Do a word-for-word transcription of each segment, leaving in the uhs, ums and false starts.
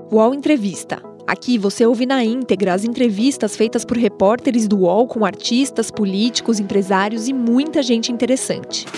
U O L Entrevista. Aqui você ouve na íntegra as entrevistas feitas por repórteres do U O L com artistas, políticos, empresários e muita gente interessante.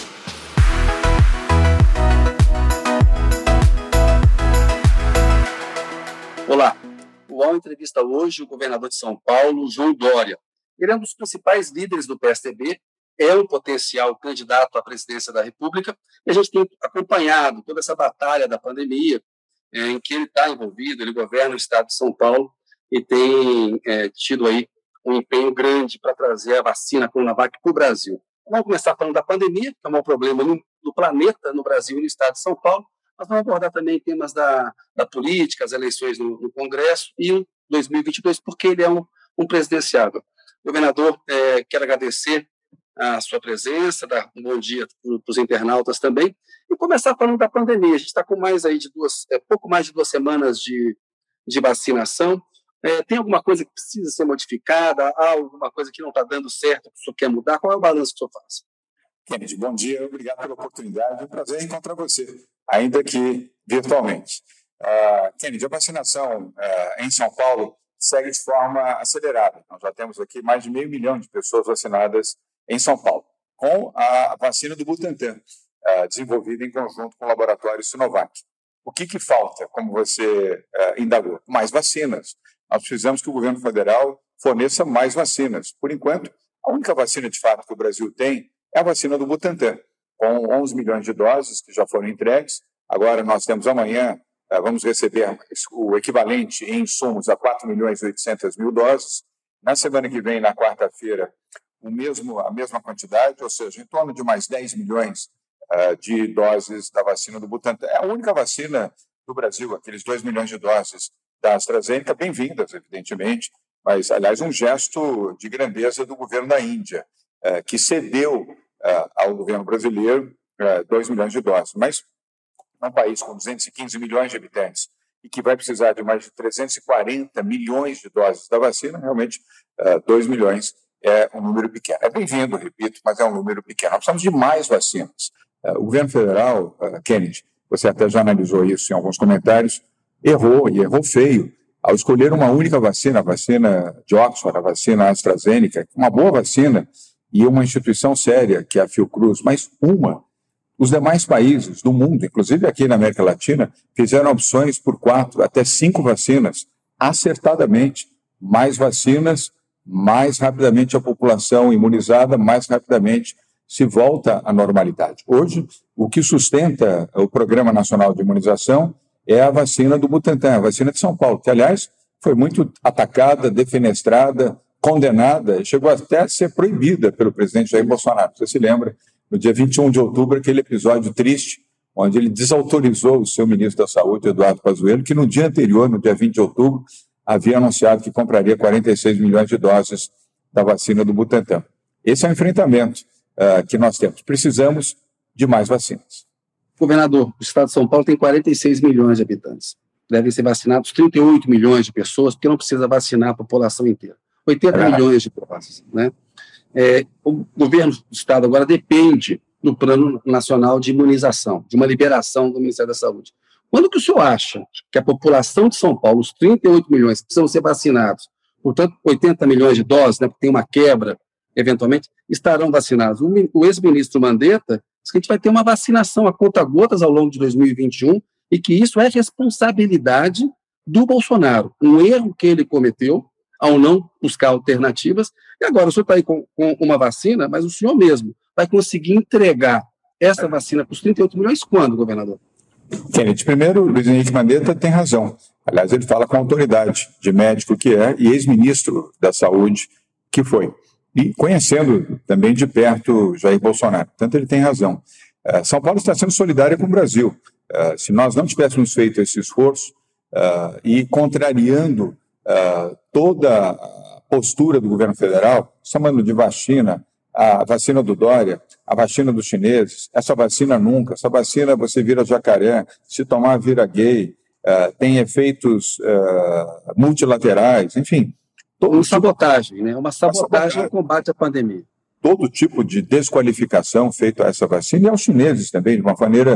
Olá, o U O L entrevista hoje o governador de São Paulo, João Dória. Ele é um dos principais líderes do P S D B, é um potencial candidato à presidência da República, e a gente tem acompanhado toda essa batalha da pandemia, é, em que ele está envolvido. Ele governa o estado de São Paulo e tem é, tido aí um empenho grande para trazer a vacina Coronavac para o Brasil. Vamos começar falando da pandemia, que é um problema no, no planeta, no Brasil e no estado de São Paulo. Nós vamos abordar também temas da, da política, as eleições no, no Congresso e o dois mil e vinte e dois, porque ele é um, um presidenciável. Governador, é, quero agradecer a sua presença, dar um bom dia para os internautas também, e começar falando da pandemia. A gente está com mais aí de duas, é, pouco mais de duas semanas de, de vacinação. É, tem alguma coisa que precisa ser modificada? Há alguma coisa que não está dando certo, que o senhor quer mudar? Qual é o balanço que o senhor faz? Kennedy, bom dia, obrigado pela oportunidade, é um prazer encontrar você, ainda que virtualmente. Uh, Kennedy, a vacinação uh, em São Paulo segue de forma acelerada. Nós já temos aqui mais de meio milhão de pessoas vacinadas em São Paulo, com a vacina do Butantan, uh, desenvolvida em conjunto com o laboratório Sinovac. O que, que falta, como você uh, indagou? Mais vacinas. Nós precisamos que o governo federal forneça mais vacinas. Por enquanto, a única vacina de fato que o Brasil tem é a vacina do Butantan, com onze milhões de doses que já foram entregues. Agora nós temos amanhã, uh, vamos receber o equivalente em insumos a quatro milhões e oitocentas mil doses. Na semana que vem, na quarta-feira, o mesmo, a mesma quantidade, ou seja, em torno de mais dez milhões uh, de doses da vacina do Butantan. É a única vacina do Brasil, aqueles dois milhões de doses da AstraZeneca, bem-vindas, evidentemente, mas, aliás, um gesto de grandeza do governo da Índia, uh, que cedeu uh, ao governo brasileiro uh, dois milhões de doses. Mas, num país com duzentos e quinze milhões de habitantes e que vai precisar de mais de trezentos e quarenta milhões de doses da vacina, realmente, uh, dois milhões é um número pequeno. É bem-vindo, repito, mas é um número pequeno. Nós precisamos de mais vacinas. O governo federal, Kennedy, você até já analisou isso em alguns comentários, errou, e errou feio, ao escolher uma única vacina, a vacina de Oxford, a vacina AstraZeneca, uma boa vacina e uma instituição séria, que é a Fiocruz, mas uma. Os demais países do mundo, inclusive aqui na América Latina, fizeram opções por quatro, até cinco vacinas, acertadamente. Mais vacinas, mais rapidamente a população imunizada, mais rapidamente se volta à normalidade. Hoje, o que sustenta o Programa Nacional de Imunização é a vacina do Butantan, a vacina de São Paulo, que, aliás, foi muito atacada, defenestrada, condenada, chegou até a ser proibida pelo presidente Jair Bolsonaro. Você se lembra, no dia vinte e um de outubro, aquele episódio triste, onde ele desautorizou o seu ministro da Saúde, Eduardo Pazuello, que no dia anterior, no dia vinte de outubro, havia anunciado que compraria quarenta e seis milhões de doses da vacina do Butantan. Esse é o enfrentamento uh, que nós temos. Precisamos de mais vacinas. Governador, o estado de São Paulo tem quarenta e seis milhões de habitantes. Devem ser vacinados trinta e oito milhões de pessoas, porque não precisa vacinar a população inteira. oitenta é. milhões de doses, né? É, o governo do estado agora depende do Plano Nacional de Imunização, de uma liberação do Ministério da Saúde. Quando que o senhor acha que a população de São Paulo, os trinta e oito milhões, precisam ser vacinados, portanto, oitenta milhões de doses, né, porque tem uma quebra, eventualmente, estarão vacinados? O, o ex-ministro Mandetta disse que a gente vai ter uma vacinação a conta-gotas ao longo de dois mil e vinte e um e que isso é responsabilidade do Bolsonaro, um erro que ele cometeu ao não buscar alternativas. E agora o senhor está aí com, com uma vacina, mas o senhor mesmo vai conseguir entregar essa vacina para os trinta e oito milhões quando, governador? Kennedy, primeiro, Luiz Henrique Mandetta tem razão. Aliás, ele fala com autoridade de médico que é e ex-ministro da Saúde que foi. E conhecendo também de perto Jair Bolsonaro. Portanto, ele tem razão. Uh, São Paulo está sendo solidária com o Brasil. Uh, se nós não tivéssemos feito esse esforço uh, e contrariando uh, toda a postura do governo federal, chamando de vacina, a vacina do Dória, a vacina dos chineses, essa vacina nunca, essa vacina você vira jacaré, se tomar vira gay, uh, tem efeitos uh, multilaterais, enfim. Uma sabotagem, né? Uma sabotagem no combate à pandemia. Todo tipo de desqualificação feita a essa vacina e aos chineses também, de uma maneira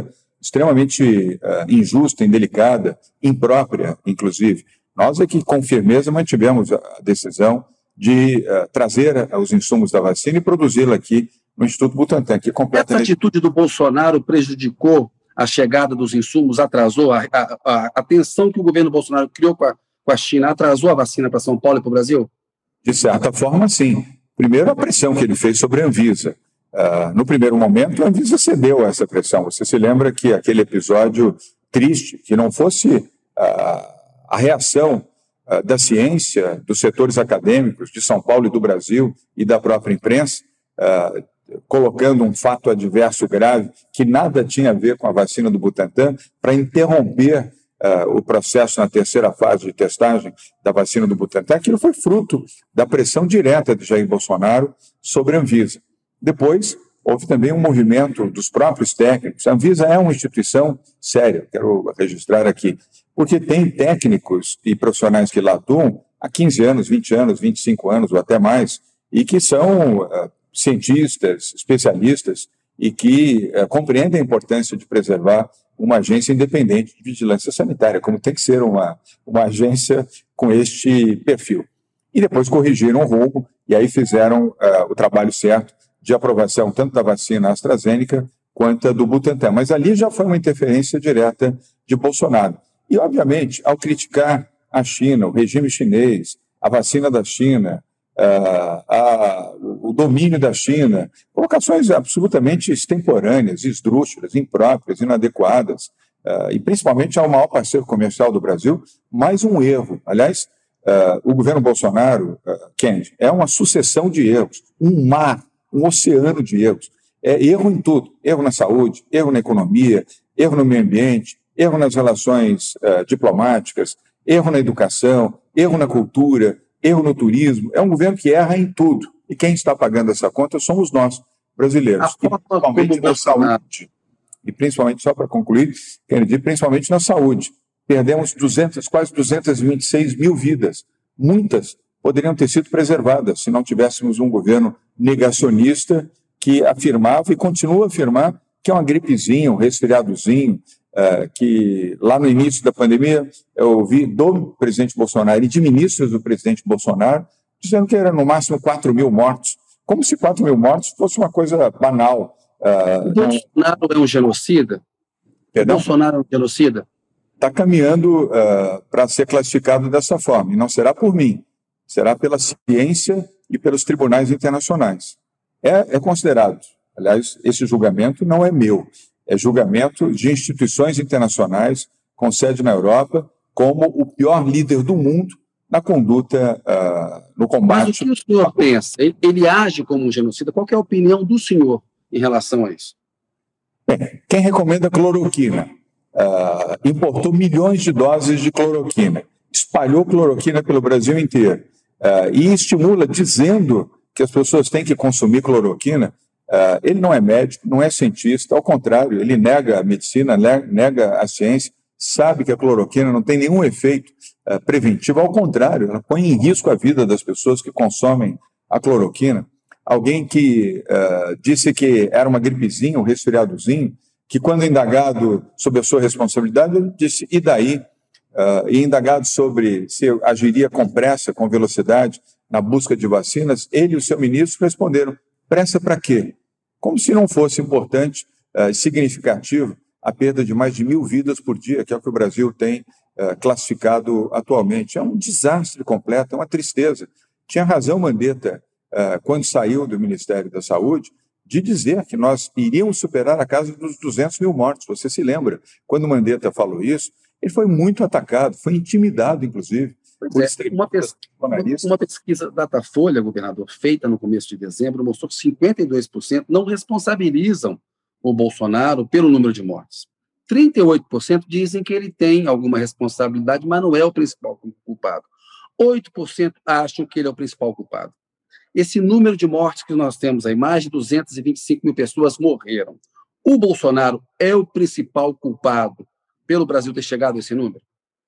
extremamente uh, injusta, indelicada, imprópria, inclusive. Nós é que, com firmeza, mantivemos a decisão de uh, trazer os insumos da vacina e produzi-la aqui no Instituto Butantan, que completa... Essa atitude do Bolsonaro prejudicou a chegada dos insumos, atrasou a, a, a, a tensão que o governo Bolsonaro criou com a, com a China, atrasou a vacina para São Paulo e para o Brasil? De certa forma, sim. Primeiro, a pressão que ele fez sobre a Anvisa. Uh, no primeiro momento, a Anvisa cedeu a essa pressão. Você se lembra que aquele episódio triste, que não fosse uh, a reação uh, da ciência, dos setores acadêmicos de São Paulo e do Brasil e da própria imprensa, uh, colocando um fato adverso grave que nada tinha a ver com a vacina do Butantan, para interromper uh, o processo na terceira fase de testagem da vacina do Butantan. Aquilo foi fruto da pressão direta de Jair Bolsonaro sobre a Anvisa. Depois, houve também um movimento dos próprios técnicos. A Anvisa é uma instituição séria, quero registrar aqui, porque tem técnicos e profissionais que lá atuam há quinze anos, vinte anos, vinte e cinco anos ou até mais, e que são uh, cientistas, especialistas, e que uh, compreendem a importância de preservar uma agência independente de vigilância sanitária, como tem que ser uma, uma agência com este perfil. E depois corrigiram o rumo, e aí fizeram uh, o trabalho certo de aprovação tanto da vacina AstraZeneca quanto a do Butantan. Mas ali já foi uma interferência direta de Bolsonaro. E, obviamente, ao criticar a China, o regime chinês, a vacina da China, a, a, o domínio da China, colocações absolutamente extemporâneas, esdrúxulas, impróprias, inadequadas, uh, e principalmente ao maior parceiro comercial do Brasil, mais um erro. Aliás, uh, o governo Bolsonaro, uh, Kennedy, é uma sucessão de erros, um mar, um oceano de erros. É erro em tudo, erro na saúde, erro na economia, erro no meio ambiente, erro nas relações uh, diplomáticas, erro na educação, erro na cultura, erro no turismo. É um governo que erra em tudo. E quem está pagando essa conta somos nós, brasileiros. E principalmente na saúde. E principalmente, só para concluir, quero dizer, principalmente na saúde. Perdemos duzentas, quase duzentas e vinte e seis mil vidas. Muitas poderiam ter sido preservadas se não tivéssemos um governo negacionista que afirmava e continua a afirmar que é uma gripezinha, um resfriadozinho, uh, que lá no início da pandemia eu ouvi do presidente Bolsonaro e de ministros do presidente Bolsonaro dizendo que era no máximo quatro mil mortos, como se quatro mil mortos fosse uma coisa banal. Uh, o Bolsonaro não... é um genocida? Perdão? O Bolsonaro é um genocida? Está caminhando uh, para ser classificado dessa forma, e não será por mim, será pela ciência e pelos tribunais internacionais. É, é considerado, aliás, esse julgamento não é meu, é julgamento de instituições internacionais com sede na Europa, como o pior líder do mundo na conduta, uh, no combate... Mas o que o senhor pensa? Ele, ele age como um genocida? Qual que é a opinião do senhor em relação a isso? Bem, quem recomenda cloroquina? Uh, importou milhões de doses de cloroquina, espalhou cloroquina pelo Brasil inteiro, uh, e estimula dizendo que as pessoas têm que consumir cloroquina. Uh, ele não é médico, não é cientista, ao contrário, ele nega a medicina, nega a ciência, sabe que a cloroquina não tem nenhum efeito uh, preventivo, ao contrário, ela põe em risco a vida das pessoas que consomem a cloroquina. Alguém que uh, disse que era uma gripezinha, um resfriadozinho, que quando indagado sobre a sua responsabilidade, ele disse, e daí? Uh, e indagado sobre se agiria com pressa, com velocidade, na busca de vacinas, ele e o seu ministro responderam, pressa para quê? Como se não fosse importante e uh, significativo a perda de mais de mil vidas por dia, que é o que o Brasil tem uh, classificado atualmente. É um desastre completo, é uma tristeza. Tinha razão Mandetta, uh, quando saiu do Ministério da Saúde, de dizer que nós iríamos superar a casa dos duzentos mil mortos. Você se lembra? Quando Mandetta falou isso, ele foi muito atacado, foi intimidado, inclusive. É, uma, pesquisa, uma pesquisa Datafolha, governador, feita no começo de dezembro, mostrou que cinquenta e dois por cento não responsabilizam o Bolsonaro pelo número de mortes. trinta e oito por cento dizem que ele tem alguma responsabilidade, mas não é o principal culpado. oito por cento acham que ele é o principal culpado. Esse número de mortes que nós temos aí, mais de duzentas e vinte e cinco mil pessoas morreram. O Bolsonaro é o principal culpado pelo Brasil ter chegado a esse número?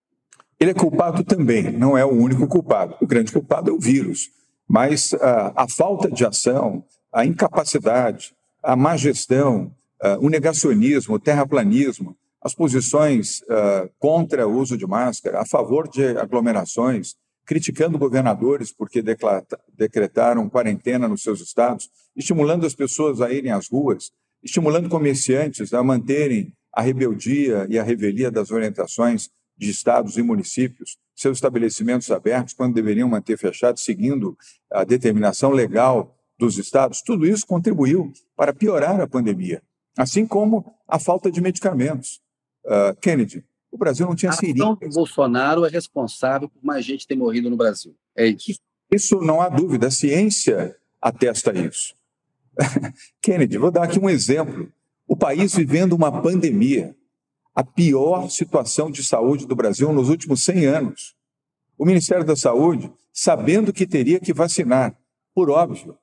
Ele é culpado também, não é o único culpado. O grande culpado é o vírus. Mas a, a falta de ação, a incapacidade, a má gestão, uh, o negacionismo, o terraplanismo, as posições uh, contra o uso de máscara, a favor de aglomerações, criticando governadores porque decretaram quarentena nos seus estados, estimulando as pessoas a irem às ruas, estimulando comerciantes a manterem a rebeldia e a revelia das orientações de estados e municípios, seus estabelecimentos abertos, quando deveriam manter fechados, seguindo a determinação legal dos estados. Tudo isso contribuiu para piorar a pandemia, assim como a falta de medicamentos. Uh, Kennedy, o Brasil não tinha seringa. A ação do Bolsonaro é responsável por mais gente ter morrido no Brasil. É isso. Isso não há dúvida. A ciência atesta isso. Kennedy, vou dar aqui um exemplo. O país vivendo uma pandemia, a pior situação de saúde do Brasil nos últimos cem anos. O Ministério da Saúde, sabendo que teria que vacinar, por óbvio,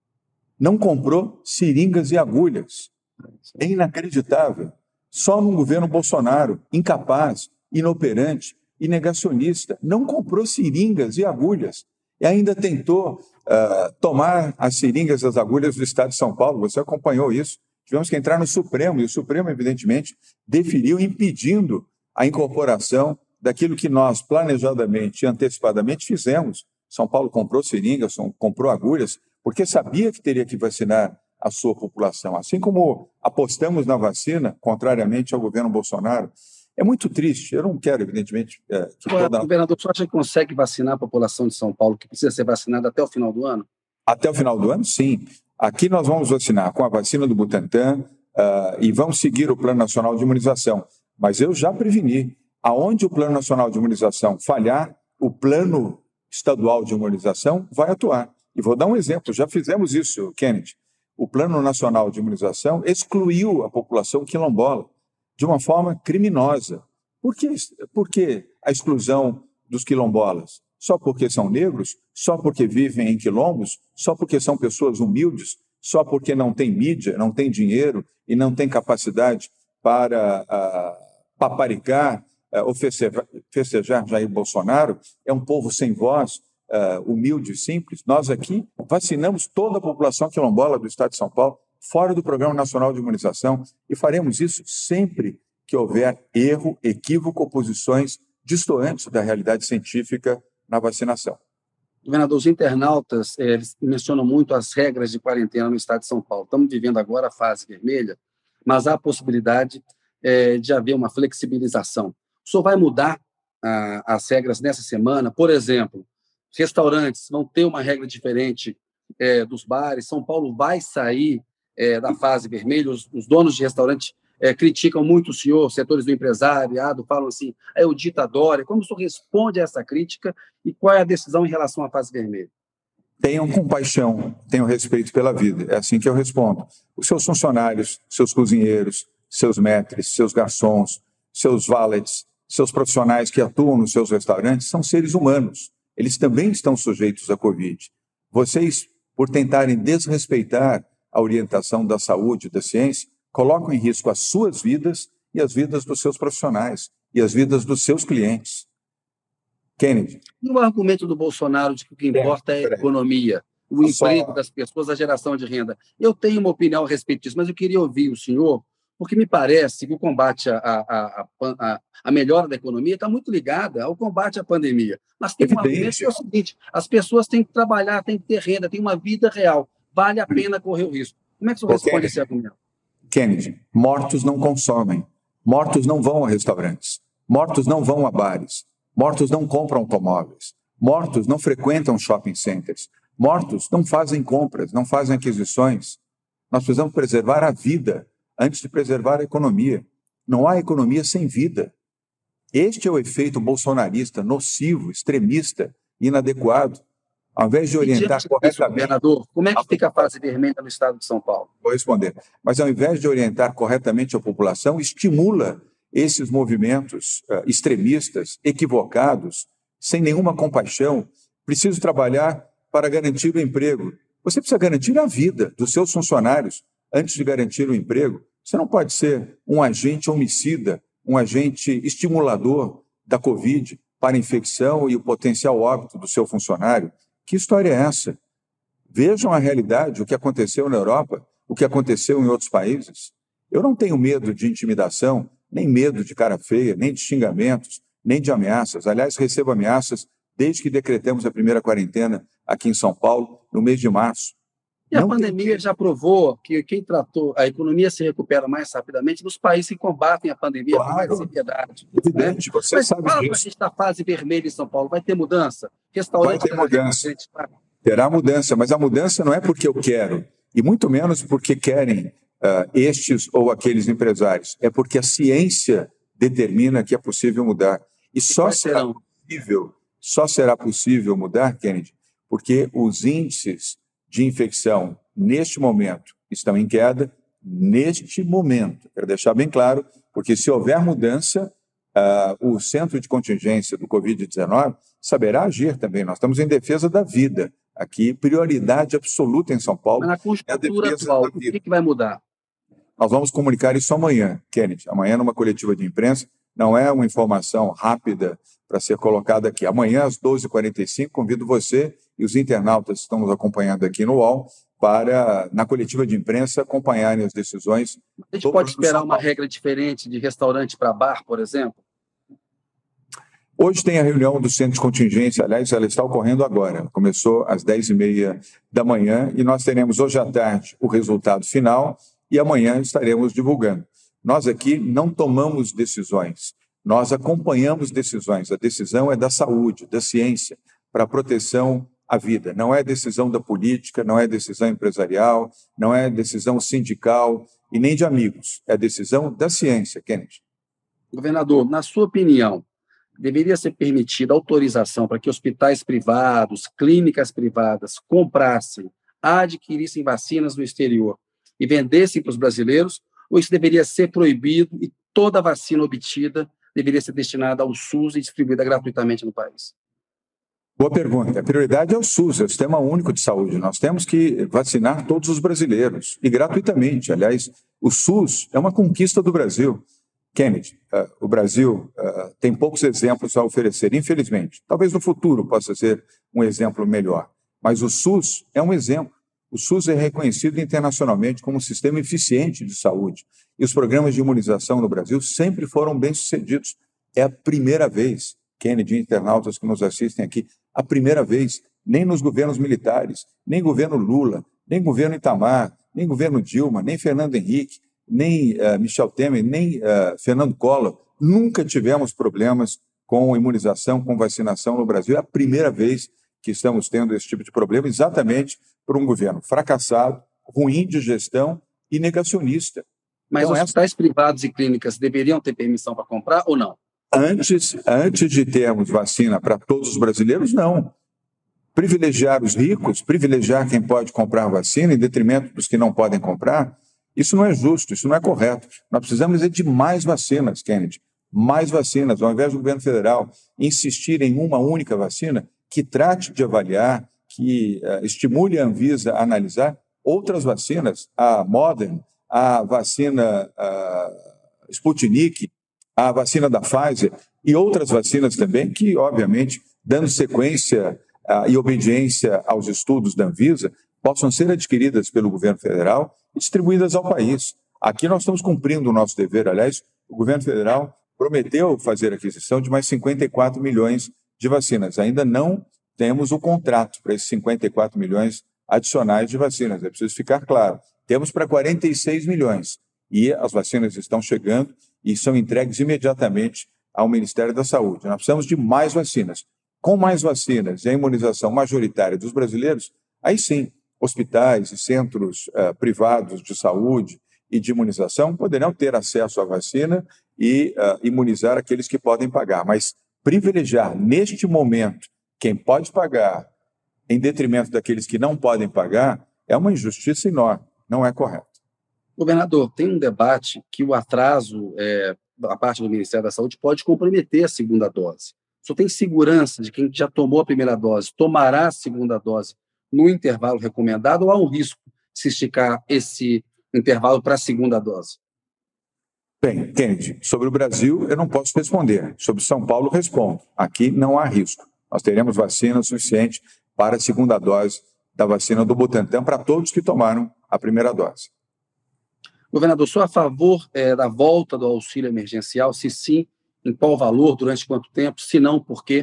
não comprou seringas e agulhas. É inacreditável. Só no governo Bolsonaro, incapaz, inoperante e negacionista, não comprou seringas e agulhas e ainda tentou uh, tomar as seringas e as agulhas do Estado de São Paulo. Você acompanhou isso. Tivemos que entrar no Supremo, e o Supremo, evidentemente, deferiu impedindo a incorporação daquilo que nós, planejadamente e antecipadamente, fizemos. São Paulo comprou seringas, comprou agulhas, porque sabia que teria que vacinar a sua população. Assim como apostamos na vacina, contrariamente ao governo Bolsonaro. É muito triste. Eu não quero, evidentemente... É, que Ué, toda... Governador, você acha que consegue vacinar a população de São Paulo, que precisa ser vacinada até o final do ano? Até o final do ano, sim. Aqui nós vamos vacinar com a vacina do Butantan uh, e vamos seguir o Plano Nacional de Imunização. Mas eu já preveni. Aonde o Plano Nacional de Imunização falhar, o Plano Estadual de Imunização vai atuar. E vou dar um exemplo. Já fizemos isso, Kennedy. O Plano Nacional de Imunização excluiu a população quilombola de uma forma criminosa. Por que, por que a exclusão dos quilombolas? Só porque são negros? Só porque vivem em quilombos? Só porque são pessoas humildes? Só porque não tem mídia, não tem dinheiro e não tem capacidade para uh, paparicar uh, ou festejar, festejar Jair Bolsonaro? É um povo sem voz, uh, humilde e simples. Nós aqui vacinamos toda a população quilombola do Estado de São Paulo, fora do Programa Nacional de Imunização, e faremos isso sempre que houver erro, equívoco ou posições distantes da realidade científica na vacinação. Governador, os internautas eh, eles mencionam muito as regras de quarentena no Estado de São Paulo. Estamos vivendo agora a fase vermelha, mas há a possibilidade eh, de haver uma flexibilização. O senhor vai mudar ah, as regras nessa semana? Por exemplo, restaurantes vão ter uma regra diferente eh, dos bares. São Paulo vai sair eh, da fase vermelha. Os, os donos de restaurante É, criticam muito o senhor, setores do empresariado, falam assim, é o ditador. Como o senhor responde a essa crítica e qual é a decisão em relação à fase vermelha? Tenham compaixão, tenham respeito pela vida. É assim que eu respondo. Os seus funcionários, seus cozinheiros, seus maîtres, seus garçons, seus valets, seus profissionais que atuam nos seus restaurantes são seres humanos. Eles também estão sujeitos à Covid. Vocês, por tentarem desrespeitar a orientação da saúde, da ciência, colocam em risco as suas vidas e as vidas dos seus profissionais e as vidas dos seus clientes. Kennedy. E o argumento do Bolsonaro de que o que importa é, é a economia, o Só... emprego das pessoas, a geração de renda. Eu tenho uma opinião a respeito disso, mas eu queria ouvir o senhor, porque me parece que o combate à, à, à, à, à melhora da economia está muito ligada ao combate à pandemia. Mas tem um argumento que é o seguinte, as pessoas têm que trabalhar, têm que ter renda, têm uma vida real. Vale a pena correr o risco. Como é que o senhor responde Kennedy. esse argumento? Kennedy, mortos não consomem, mortos não vão a restaurantes, mortos não vão a bares, mortos não compram automóveis, mortos não frequentam shopping centers, mortos não fazem compras, não fazem aquisições. Nós precisamos preservar a vida antes de preservar a economia. Não há economia sem vida. Este é o efeito bolsonarista, nocivo, extremista, inadequado. Ao invés de orientar diante corretamente... disso, governador, como é que fica a fase vermelha no Estado de São Paulo? Vou responder. Mas ao invés de orientar corretamente a população, estimula esses movimentos uh, extremistas, equivocados, sem nenhuma compaixão. Preciso trabalhar para garantir o emprego. Você precisa garantir a vida dos seus funcionários antes de garantir o emprego. Você não pode ser um agente homicida, um agente estimulador da Covid para a infecção e o potencial óbito do seu funcionário. Que história é essa? Vejam a realidade, o que aconteceu na Europa, o que aconteceu em outros países. Eu não tenho medo de intimidação, nem medo de cara feia, nem de xingamentos, nem de ameaças. Aliás, recebo ameaças desde que decretamos a primeira quarentena aqui em São Paulo, no mês de março. E a não pandemia tem... já provou que quem tratou a economia se recupera mais rapidamente nos países que combatem a pandemia claro, com mais seriedade. Evidente, né? Você Mas sabe fala disso. Para a gente da fase vermelha em São Paulo, vai ter mudança? Restaurante vai ter mudança. Terá mudança, mas a mudança não é porque eu quero, e muito menos porque querem uh, estes ou aqueles empresários. É porque a ciência determina que é possível mudar. E só será possível, só será possível mudar, Kennedy, porque os índices de infecção, neste momento, estão em queda, neste momento. Quero deixar bem claro, porque se houver mudança, uh, o Centro de Contingência do covid dezenove saberá agir também. Nós estamos em defesa da vida. Aqui, prioridade absoluta em São Paulo. Mas na conjuntura é atual, o que, que vai mudar? Nós vamos comunicar isso amanhã, Kennedy. Amanhã, numa coletiva de imprensa, não é uma informação rápida para ser colocada aqui. Amanhã, às doze e quarenta e cinco, convido você e os internautas que estão nos acompanhando aqui no U O L para, na coletiva de imprensa, acompanharem as decisões. A gente pode esperar uma regra diferente de restaurante para bar, por exemplo? Hoje tem a reunião do Centro de Contingência, aliás, ela está ocorrendo agora. Começou às dez e meia da manhã e nós teremos hoje à tarde o resultado final e amanhã estaremos divulgando. Nós aqui não tomamos decisões, nós acompanhamos decisões. A decisão é da saúde, da ciência, para a proteção à vida. Não é decisão da política, não é decisão empresarial, não é decisão sindical e nem de amigos. É decisão da ciência, Kennedy. Governador, na sua opinião, deveria ser permitida autorização para que hospitais privados, clínicas privadas comprassem, adquirissem vacinas no exterior e vendessem para os brasileiros, ou isso deveria ser proibido e toda a vacina obtida deveria ser destinada ao SUS e distribuída gratuitamente no país? Boa pergunta. A prioridade é o SUS, é o Sistema Único de Saúde. Nós temos que vacinar todos os brasileiros, e gratuitamente. Aliás, o SUS é uma conquista do Brasil. Kennedy, uh, o Brasil uh, tem poucos exemplos a oferecer, infelizmente. Talvez no futuro possa ser um exemplo melhor. Mas o SUS é um exemplo. O SUS é reconhecido internacionalmente como um sistema eficiente de saúde. E os programas de imunização no Brasil sempre foram bem-sucedidos. É a primeira vez, Kennedy, internautas que nos assistem aqui, a primeira vez, nem nos governos militares, nem governo Lula, nem governo Itamar, nem governo Dilma, nem Fernando Henrique, nem uh, Michel Temer, nem uh, Fernando Collor, nunca tivemos problemas com imunização, com vacinação no Brasil. É a primeira vez que estamos tendo esse tipo de problema, exatamente por um governo fracassado, ruim de gestão e negacionista. Mas então, hospitais essa... privados e clínicas deveriam ter permissão para comprar ou não? Antes, antes de termos vacina para todos os brasileiros, não. Privilegiar os ricos, privilegiar quem pode comprar vacina em detrimento dos que não podem comprar, isso não é justo, isso não é correto. Nós precisamos de mais vacinas, Kennedy, mais vacinas. Ao invés do governo federal insistir em uma única vacina, que trate de avaliar, que uh, estimule a Anvisa a analisar outras vacinas, a Moderna, a vacina uh, Sputnik, a vacina da Pfizer e outras vacinas também, que, obviamente, dando sequência uh, e obediência aos estudos da Anvisa, possam ser adquiridas pelo governo federal e distribuídas ao país. Aqui nós estamos cumprindo o nosso dever. Aliás, o governo federal prometeu fazer aquisição de mais cinquenta e quatro milhões de vacinas. Ainda não temos o contrato para esses cinquenta e quatro milhões adicionais de vacinas. É preciso ficar claro. Temos para quarenta e seis milhões. E as vacinas estão chegando e são entregues imediatamente ao Ministério da Saúde. Nós precisamos de mais vacinas. Com mais vacinas e a imunização majoritária dos brasileiros, aí sim, hospitais e centros uh, privados de saúde e de imunização poderão ter acesso à vacina e uh, imunizar aqueles que podem pagar. Mas privilegiar, neste momento, quem pode pagar em detrimento daqueles que não podem pagar é uma injustiça enorme, não é correto. Governador, tem um debate que o atraso é, da parte do Ministério da Saúde pode comprometer a segunda dose. O senhor tem segurança de que quem já tomou a primeira dose tomará a segunda dose no intervalo recomendado ou há um risco de se esticar esse intervalo para a segunda dose? Bem, Kennedy, sobre o Brasil eu não posso responder. Sobre São Paulo respondo. Aqui não há risco. Nós teremos vacina suficiente para a segunda dose da vacina do Butantan para todos que tomaram a primeira dose. Governador, sou a favor é, da volta do auxílio emergencial? Se sim, em qual valor, durante quanto tempo? Se não, por quê?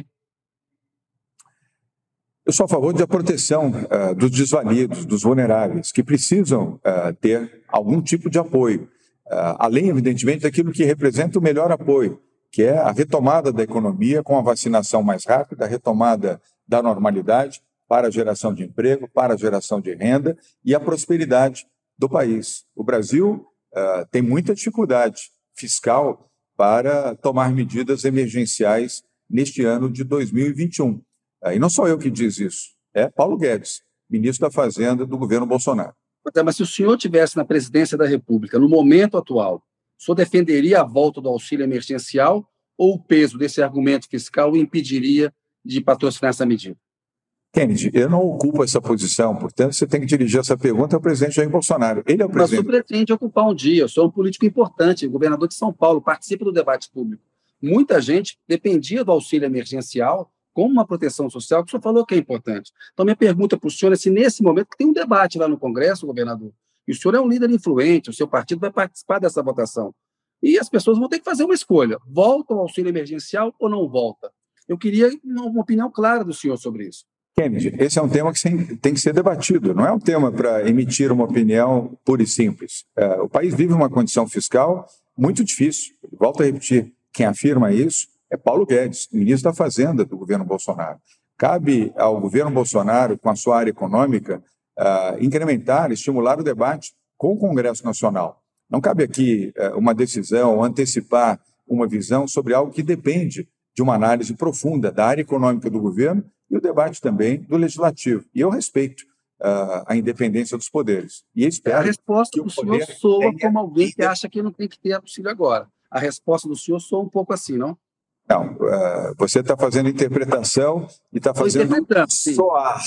Eu sou a favor da proteção uh, dos desvalidos, dos vulneráveis, que precisam uh, ter algum tipo de apoio, uh, além, evidentemente, daquilo que representa o melhor apoio, que é a retomada da economia com a vacinação mais rápida, a retomada da normalidade para a geração de emprego, para a geração de renda e a prosperidade do país. O Brasil uh, tem muita dificuldade fiscal para tomar medidas emergenciais neste ano de dois mil e vinte e um. E não sou eu que diz isso, é Paulo Guedes, ministro da Fazenda do governo Bolsonaro. Mas se o senhor estivesse na presidência da República, no momento atual, o senhor defenderia a volta do auxílio emergencial ou o peso desse argumento fiscal o impediria de patrocinar essa medida? Kennedy, eu não ocupo essa posição, portanto, você tem que dirigir essa pergunta ao presidente Jair Bolsonaro. Ele é o presidente. Mas o senhor pretende ocupar um dia, eu sou um político importante, governador de São Paulo, participa do debate público. Muita gente dependia do auxílio emergencial como uma proteção social, que o senhor falou que é importante. Então, minha pergunta para o senhor é se, nesse momento, que tem um debate lá no Congresso, governador, e o senhor é um líder influente, o seu partido vai participar dessa votação, e as pessoas vão ter que fazer uma escolha, volta ao auxílio emergencial ou não volta? Eu queria uma opinião clara do senhor sobre isso. Kennedy, esse é um tema que tem que ser debatido, não é um tema para emitir uma opinião pura e simples. É, o país vive uma condição fiscal muito difícil. Volto a repetir, quem afirma isso é Paulo Guedes, ministro da Fazenda do governo Bolsonaro. Cabe ao governo Bolsonaro, com a sua área econômica, uh, incrementar, estimular o debate com o Congresso Nacional. Não cabe aqui uh, uma decisão, antecipar uma visão sobre algo que depende de uma análise profunda da área econômica do governo e o debate também do Legislativo. E eu respeito uh, a independência dos poderes. E espero a resposta que do o senhor soa como alguém que acha que não tem que ter auxílio agora. A resposta do senhor soa um pouco assim, não? Não, uh, você está fazendo interpretação e está fazendo soar.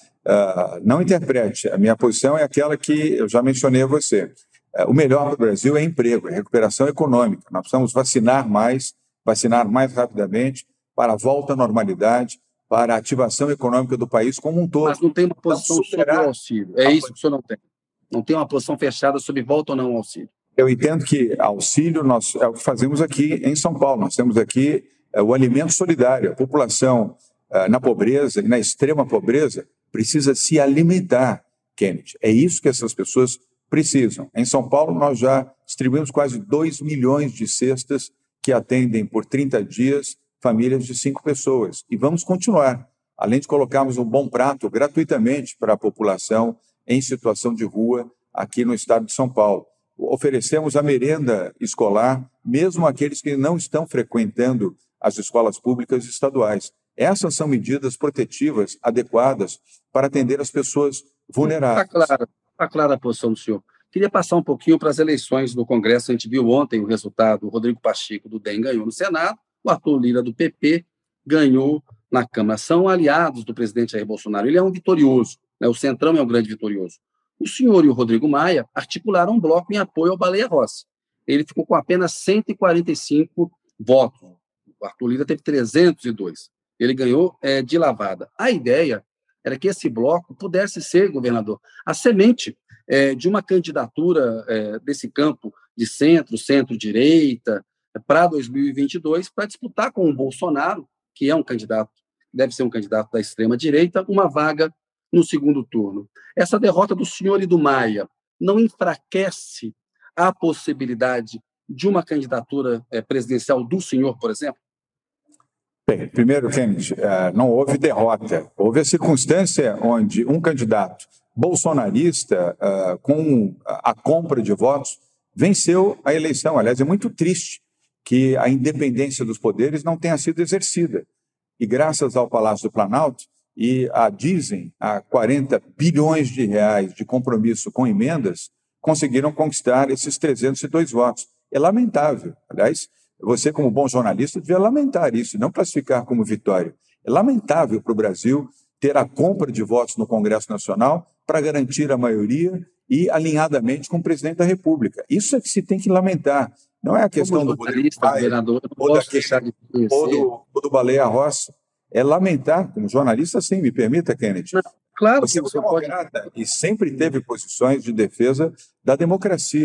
Uh, não interprete. A minha posição é aquela que eu já mencionei a você. Uh, o melhor para o Brasil é emprego, é recuperação econômica. Nós precisamos vacinar mais, vacinar mais rapidamente para a volta à normalidade, para a ativação econômica do país como um todo. Mas não tem uma posição sobre o auxílio. É isso que o senhor não tem. Não tem uma posição fechada sobre volta ou não ao auxílio. Eu entendo que auxílio nós, é o que fazemos aqui em São Paulo. Nós temos aqui é, o alimento solidário. A população é, na pobreza e na extrema pobreza precisa se alimentar, Kennedy. É isso que essas pessoas precisam. Em São Paulo, nós já distribuímos quase dois milhões de cestas que atendem por trinta dias famílias de cinco pessoas. E vamos continuar, além de colocarmos um bom prato gratuitamente para a população em situação de rua aqui no estado de São Paulo. Oferecemos a merenda escolar, mesmo aqueles que não estão frequentando as escolas públicas estaduais. Essas são medidas protetivas adequadas para atender as pessoas vulneráveis. Está clara, está clara a posição do senhor. Queria passar um pouquinho para as eleições do Congresso. A gente viu ontem o resultado. O Rodrigo Pacheco, do D E M, ganhou no Senado. O Arthur Lira, do P P, ganhou na Câmara. São aliados do presidente Jair Bolsonaro. Ele é um vitorioso, né? O Centrão é um grande vitorioso. O senhor e o Rodrigo Maia articularam um bloco em apoio ao Baleia Rossi. Ele ficou com apenas cento e quarenta e cinco votos. O Arthur Lira teve trezentos e dois. Ele ganhou é, de lavada. A ideia era que esse bloco pudesse ser, governador, a semente é, de uma candidatura é, desse campo de centro, centro-direita, é, para dois mil e vinte e dois, para disputar com o Bolsonaro, que é um candidato, deve ser um candidato da extrema-direita, uma vaga no segundo turno. Essa derrota do senhor e do Maia não enfraquece a possibilidade de uma candidatura é, presidencial do senhor, por exemplo? Bem, primeiro, Kennedy, não houve derrota. Houve a circunstância onde um candidato bolsonarista, com a compra de votos, venceu a eleição. Aliás, é muito triste que a independência dos poderes não tenha sido exercida. E graças ao Palácio do Planalto e a, dizem, a quarenta bilhões de reais de compromisso com emendas, conseguiram conquistar esses trezentos e dois votos. É lamentável. Aliás, você, como bom jornalista, devia lamentar isso, não classificar como vitória. É lamentável para o Brasil ter a compra de votos no Congresso Nacional para garantir a maioria e alinhadamente com o presidente da República. Isso é que se tem que lamentar. Não é a questão do governador, ou, daquele, ou, do, ou do Baleia Rossi. É lamentar, como jornalista, sim, me permita, Kennedy. Não, claro você que você é democrata pode... e sempre teve posições de defesa da democracia.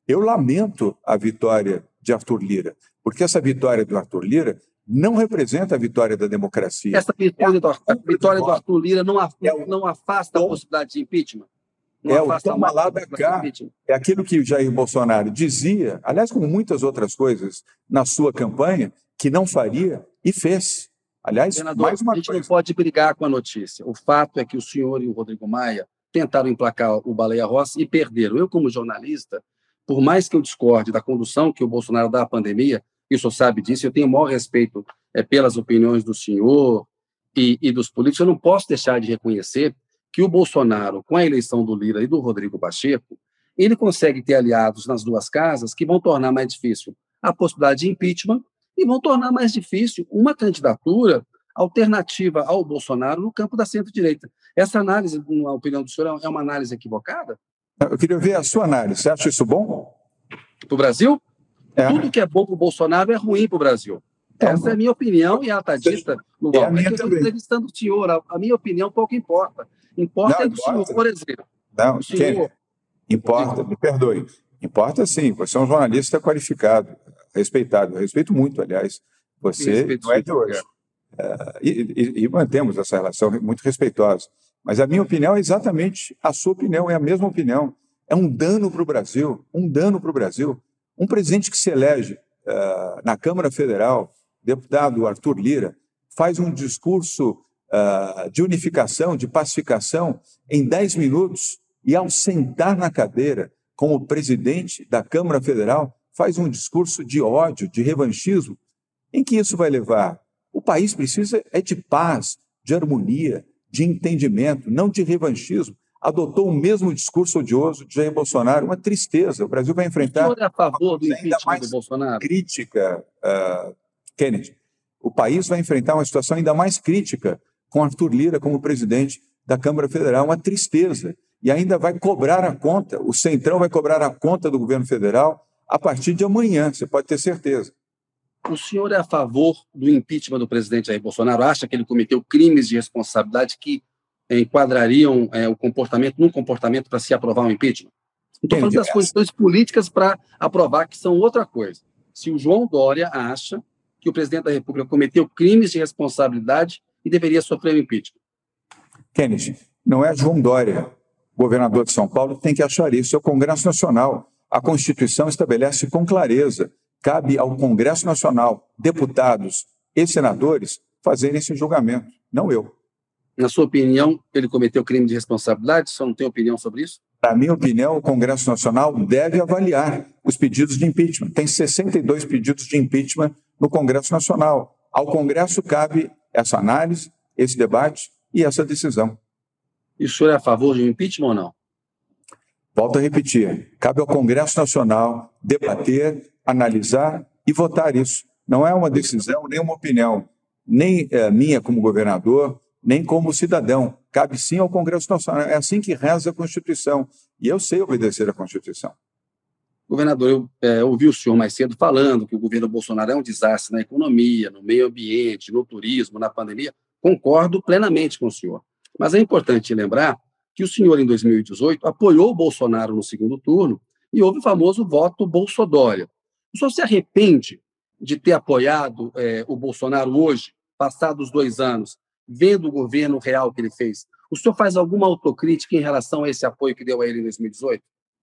Eu lamento a vitória de Arthur Lira, porque essa vitória do Arthur Lira não representa a vitória da democracia. Essa vitória do, a vitória do Arthur Lira não, af, não afasta a possibilidade de impeachment? Não é o toma lá da cá, é aquilo que Jair Bolsonaro dizia, aliás, como muitas outras coisas na sua campanha, que não faria e fez. Aliás, Senador, mais uma a gente coisa. não pode brigar com a notícia. O fato é que o senhor e o Rodrigo Maia tentaram emplacar o Baleia Rossi e perderam. Eu, como jornalista, por mais que eu discorde da condução que o Bolsonaro dá à pandemia, e o senhor sabe disso, eu tenho o maior respeito é, pelas opiniões do senhor e, e dos políticos, eu não posso deixar de reconhecer que o Bolsonaro, com a eleição do Lira e do Rodrigo Pacheco, ele consegue ter aliados nas duas casas que vão tornar mais difícil a possibilidade de impeachment e vão tornar mais difícil uma candidatura alternativa ao Bolsonaro no campo da centro-direita. Essa análise, na opinião do senhor, é uma análise equivocada? Eu queria ver a sua análise. Você acha isso bom? Para o Brasil? É. Tudo que é bom para o Bolsonaro é ruim para o Brasil. Então, Essa é a minha opinião e ela está dita no é a minha é que eu estou entrevistando o senhor. A, a minha opinião pouco importa. Importa não, é do importa. senhor, por exemplo. Não, o senhor... importa, me perdoe. Importa sim, você é um jornalista qualificado, respeitado. Eu respeito muito, aliás. Você não é de hoje. Uh, e, e, e mantemos essa relação muito respeitosa. Mas a minha opinião é exatamente a sua opinião, é a mesma opinião. É um dano para o Brasil, um dano para o Brasil. Um presidente que se elege uh, na Câmara Federal, deputado Arthur Lira, faz um discurso uh, de unificação, de pacificação, em dez minutos, e ao sentar na cadeira como presidente da Câmara Federal, faz um discurso de ódio, de revanchismo. Em que isso vai levar? O país precisa é de paz, de harmonia, de entendimento, não de revanchismo. Adotou o mesmo discurso odioso de Jair Bolsonaro, uma tristeza. O Brasil vai enfrentar... O senhor é a favor do ainda impeachment mais do Bolsonaro? Crítica, uh, Kennedy. O país vai enfrentar uma situação ainda mais crítica com Arthur Lira como presidente da Câmara Federal, uma tristeza. E ainda vai cobrar a conta, o Centrão vai cobrar a conta do governo federal a partir de amanhã, você pode ter certeza. O senhor é a favor do impeachment do presidente Jair Bolsonaro? Acha que ele cometeu crimes de responsabilidade que eh, enquadrariam eh, o comportamento num comportamento para se aprovar um impeachment? Não estou falando das condições políticas para aprovar, que são outra coisa. Se o João Dória acha que o presidente da República cometeu crimes de responsabilidade e deveria sofrer um impeachment. Kennedy, não é João Dória, governador de São Paulo, que tem que achar isso, é o Congresso Nacional. A Constituição estabelece com clareza, cabe ao Congresso Nacional, deputados e senadores, fazerem esse julgamento, não eu. Na sua opinião, ele cometeu crime de responsabilidade? Você não tem opinião sobre isso? Na minha opinião, o Congresso Nacional deve avaliar os pedidos de impeachment. Tem sessenta e dois pedidos de impeachment no Congresso Nacional. Ao Congresso cabe essa análise, esse debate e essa decisão. E o senhor é a favor de um impeachment ou não? Volto a repetir, cabe ao Congresso Nacional debater, analisar e votar isso. Não é uma decisão, nem uma opinião, nem é, minha como governador, nem como cidadão. Cabe sim ao Congresso Nacional. É assim que reza a Constituição. E eu sei obedecer à Constituição. Governador, eu é, ouvi o senhor mais cedo falando que o governo Bolsonaro é um desastre na economia, no meio ambiente, no turismo, na pandemia. Concordo plenamente com o senhor. Mas é importante lembrar que o senhor, em dois mil e dezoito, apoiou o Bolsonaro no segundo turno e houve o famoso voto Bolsodória. O senhor se arrepende de ter apoiado é, o Bolsonaro hoje, passados dois anos, vendo o governo real que ele fez? O senhor faz alguma autocrítica em relação a esse apoio que deu a ele em dois mil e dezoito?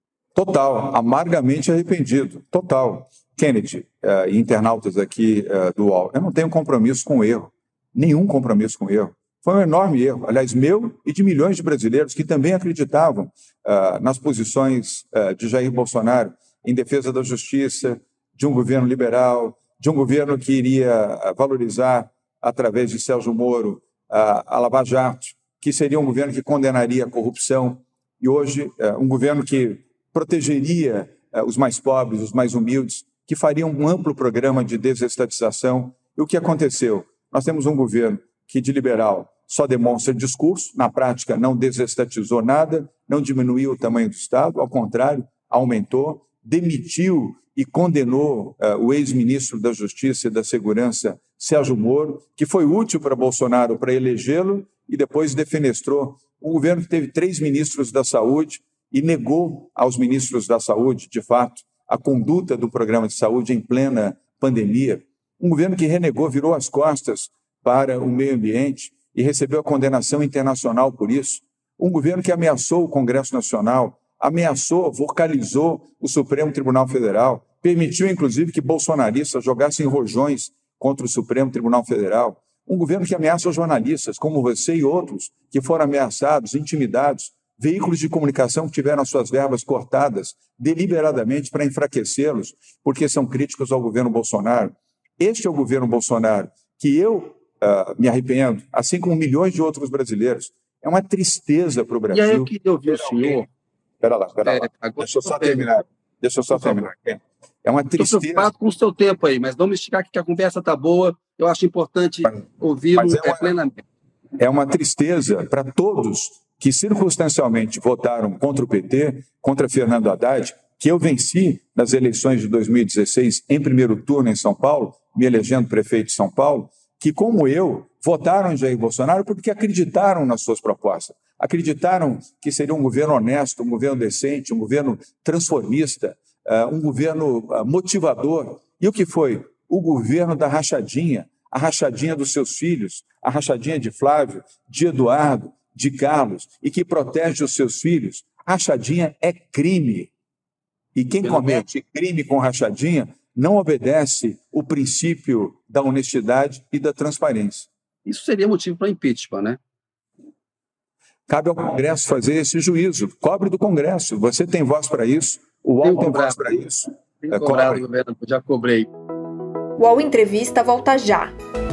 Total, amargamente arrependido, total. Kennedy, uh, e internautas aqui uh, do U O L, eu não tenho compromisso com o erro, nenhum compromisso com o erro. Foi um enorme erro, aliás, meu e de milhões de brasileiros que também acreditavam uh, nas posições uh, de Jair Bolsonaro em defesa da justiça, de um governo liberal, de um governo que iria uh, valorizar, através de Sérgio Moro, uh, a Lava Jato, que seria um governo que condenaria a corrupção, e hoje uh, um governo que protegeria uh, os mais pobres, os mais humildes, que faria um amplo programa de desestatização. E o que aconteceu? Nós temos um governo que, de liberal, só demonstra discurso, na prática não desestatizou nada, não diminuiu o tamanho do Estado, ao contrário, aumentou, demitiu e condenou uh, o ex-ministro da Justiça e da Segurança, Sérgio Moro, que foi útil para Bolsonaro para elegê-lo e depois defenestrou um governo que teve três ministros da Saúde e negou aos ministros da Saúde, de fato, a conduta do programa de saúde em plena pandemia, um governo que renegou, virou as costas para o meio ambiente e recebeu a condenação internacional por isso, um governo que ameaçou o Congresso Nacional, ameaçou, vocalizou o Supremo Tribunal Federal, permitiu, inclusive, que bolsonaristas jogassem rojões contra o Supremo Tribunal Federal, um governo que ameaça os jornalistas, como você e outros, que foram ameaçados, intimidados, veículos de comunicação que tiveram as suas verbas cortadas deliberadamente para enfraquecê-los, porque são críticos ao governo Bolsonaro. Este é o governo Bolsonaro que eu uh, me arrependo, assim como milhões de outros brasileiros. É uma tristeza para o Brasil. E aí eu queria ouvir o senhor... Espera lá, espera lá. É, Deixa eu só terminar. Deixa eu só terminar. É uma tristeza... Estou preocupado com o seu tempo aí, mas vamos esticar que a conversa está boa. Eu acho importante ouvi-lo é uma, plenamente. É uma tristeza para todos que circunstancialmente votaram contra o P T, contra Fernando Haddad, que eu venci nas eleições de dois mil e dezesseis, em primeiro turno em São Paulo, me elegendo prefeito de São Paulo, que, como eu, votaram em Jair Bolsonaro porque acreditaram nas suas propostas, acreditaram que seria um governo honesto, um governo decente, um governo transformista, um governo motivador. E o que foi? O governo da rachadinha, a rachadinha dos seus filhos, a rachadinha de Flávio, de Eduardo, de Carlos, e que protege os seus filhos. Rachadinha é crime. E quem comete crime com rachadinha não obedece o princípio da honestidade e da transparência. Isso seria motivo para impeachment, né? Cabe ao Congresso fazer esse juízo. Cobre do Congresso. Você tem voz para isso, o U O L tem voz para isso. Tem cobrado, governador, já cobrei. O U O L Entrevista volta já.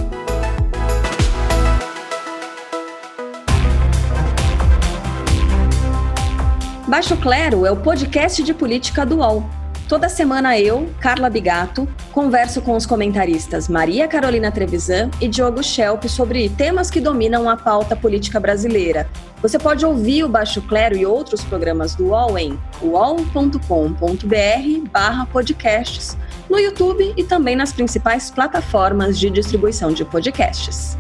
Baixo Clero é o podcast de política do U O L. Toda semana eu, Carla Bigato, converso com os comentaristas Maria Carolina Trevisan e Diogo Schelp sobre temas que dominam a pauta política brasileira. Você pode ouvir o Baixo Clero e outros programas do U O L em uol ponto com ponto br barra podcasts, no YouTube e também nas principais plataformas de distribuição de podcasts.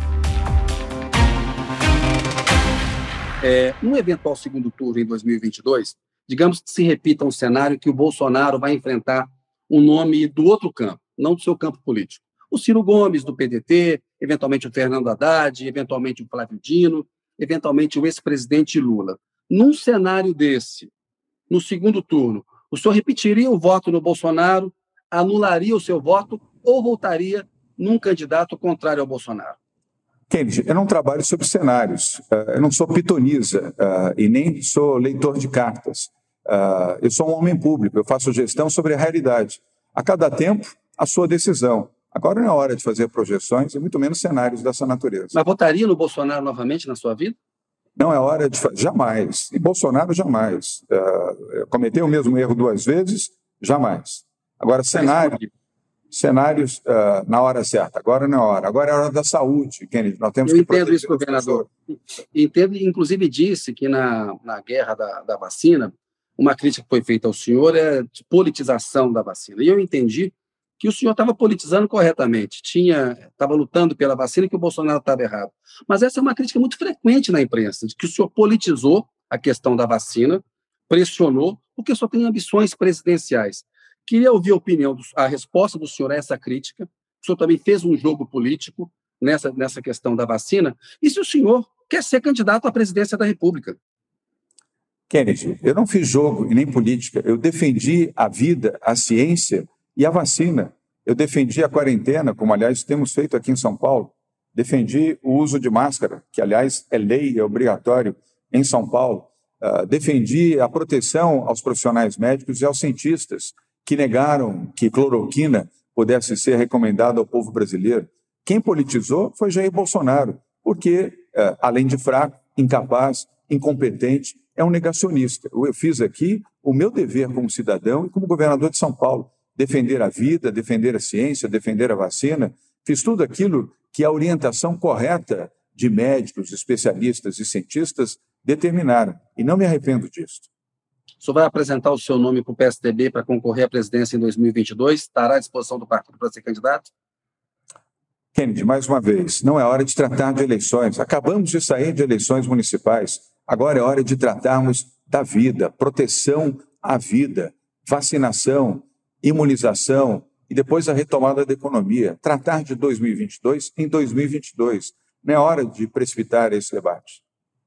É, no eventual segundo turno em dois mil e vinte e dois, digamos que se repita um cenário que o Bolsonaro vai enfrentar um nome do outro campo, não do seu campo político. O Ciro Gomes, do P D T, eventualmente o Fernando Haddad, eventualmente o Flávio Dino, eventualmente o ex-presidente Lula. Num cenário desse, no segundo turno, o senhor repetiria o voto no Bolsonaro, anularia o seu voto ou votaria num candidato contrário ao Bolsonaro? Kennedy, eu não trabalho sobre cenários, eu não sou pitonisa e nem sou leitor de cartas. Eu sou um homem público, eu faço gestão sobre a realidade. A cada tempo, a sua decisão. Agora não é hora de fazer projeções e muito menos cenários dessa natureza. Mas votaria no Bolsonaro novamente na sua vida? Não é hora de fazer, jamais. E Bolsonaro jamais. Cometeu o mesmo erro duas vezes, jamais. Agora, cenário... cenários uh, na hora certa. Agora não é hora. Agora é a hora da saúde, Kennedy. Nós temos Eu que entendo isso, governador. Entendo, inclusive disse que na, na guerra da, da vacina, uma crítica que foi feita ao senhor é de politização da vacina. E eu entendi que o senhor estava politizando corretamente, tinha, estava lutando pela vacina e que o Bolsonaro estava errado. Mas essa é uma crítica muito frequente na imprensa, de que o senhor politizou a questão da vacina, pressionou, porque só tem ambições presidenciais. Queria ouvir a opinião, a resposta do senhor a essa crítica. O senhor também fez um jogo político nessa, nessa questão da vacina. E se o senhor quer ser candidato à presidência da República? Kennedy, eu não fiz jogo e nem política. Eu defendi a vida, a ciência e a vacina. Eu defendi a quarentena, como, aliás, temos feito aqui em São Paulo. Defendi o uso de máscara, que, aliás, é lei, é obrigatório em São Paulo. Uh, defendi a proteção aos profissionais médicos e aos cientistas que negaram que cloroquina pudesse ser recomendada ao povo brasileiro. Quem politizou foi Jair Bolsonaro, porque, além de fraco, incapaz, incompetente, é um negacionista. Eu fiz aqui o meu dever como cidadão e como governador de São Paulo, defender a vida, defender a ciência, defender a vacina. Fiz tudo aquilo que a orientação correta de médicos, especialistas e cientistas determinaram, e não me arrependo disso. O senhor vai apresentar o seu nome para o P S D B para concorrer à presidência em dois mil e vinte e dois? Estará à disposição do partido para ser candidato? Kennedy, mais uma vez, não é hora de tratar de eleições. Acabamos de sair de eleições municipais. Agora é hora de tratarmos da vida, proteção à vida, vacinação, imunização e depois a retomada da economia. Tratar de dois mil e vinte e dois em dois mil e vinte e dois. Não é hora de precipitar esse debate.